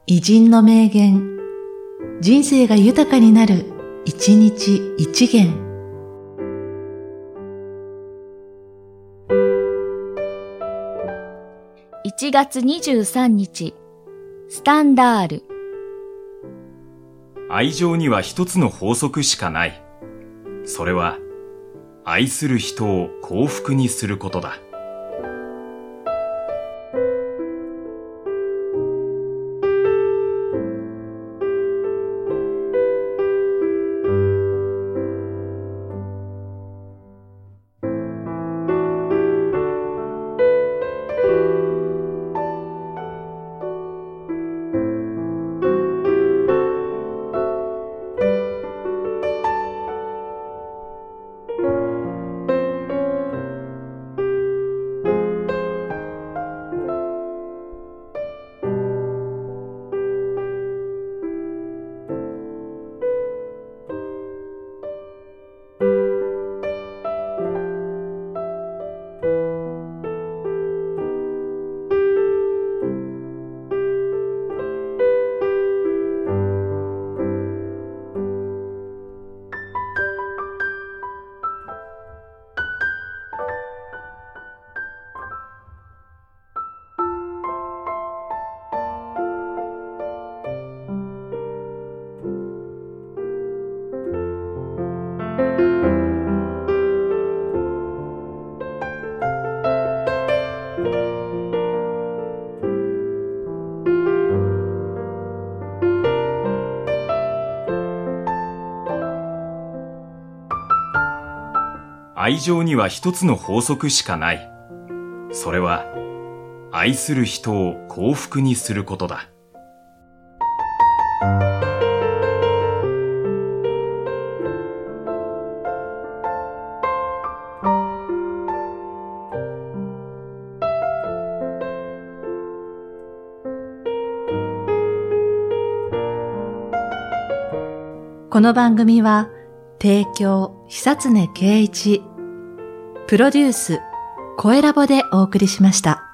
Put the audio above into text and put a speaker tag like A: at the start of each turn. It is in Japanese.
A: 偉人の名言、人生が豊かになる、一日一元。
B: 1月23日、スタンダール。
C: 愛情には一つの法則しかない。それは、愛する人を幸福にすることだ。愛情には一つの法則しかない。それは、愛する人を幸福にすることだ。
A: この番組は、提供、久常圭一、プロデュース、声ラボでお送りしました。